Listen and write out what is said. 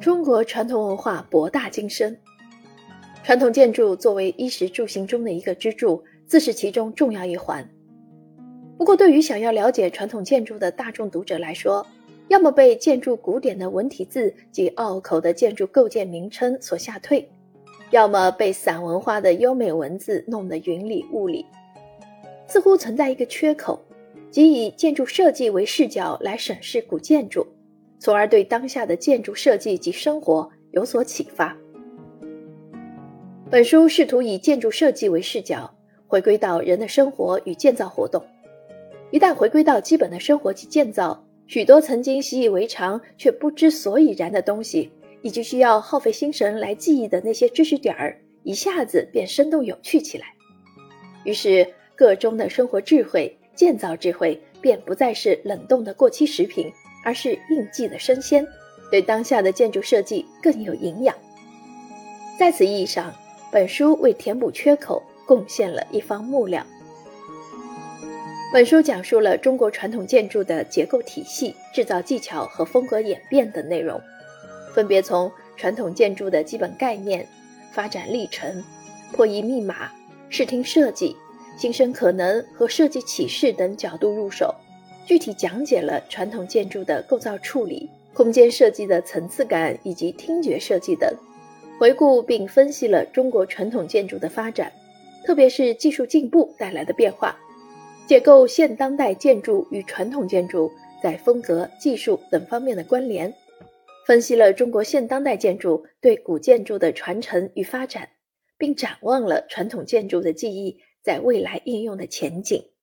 中国传统文化博大精深，传统建筑作为衣食住行中的一个支柱，自是其中重要一环。不过对于想要了解传统建筑的大众读者来说，要么被建筑古典的文体字及拗口的建筑构件名称所吓退，要么被散文化的优美文字弄得云里雾里。似乎存在一个缺口，即以建筑设计为视角来审视古建筑，从而对当下的建筑设计及生活有所启发。本书试图以建筑设计为视角，回归到人的生活与建造活动。一旦回归到基本的生活及建造，许多曾经习以为常却不知所以然的东西，以及需要耗费心神来记忆的那些知识点儿，一下子便生动有趣起来。于是个中的生活智慧、建造智慧便不再是冷冻的过期食品，而是应季的生鲜，对当下的建筑设计更有营养。在此意义上，本书为填补缺口贡献了一方木料。本书讲述了中国传统建筑的结构体系、制造技巧和风格演变等内容，分别从传统建筑的基本概念、发展历程、破译密码、视听设计、新生可能和设计启示等角度入手，具体讲解了传统建筑的构造处理、空间设计的层次感以及听觉设计等，回顾并分析了中国传统建筑的发展，特别是技术进步带来的变化，解构现当代建筑与传统建筑在风格、技术等方面的关联，分析了中国现当代建筑对古建筑的传承与发展，并展望了传统建筑的技艺在未来应用的前景。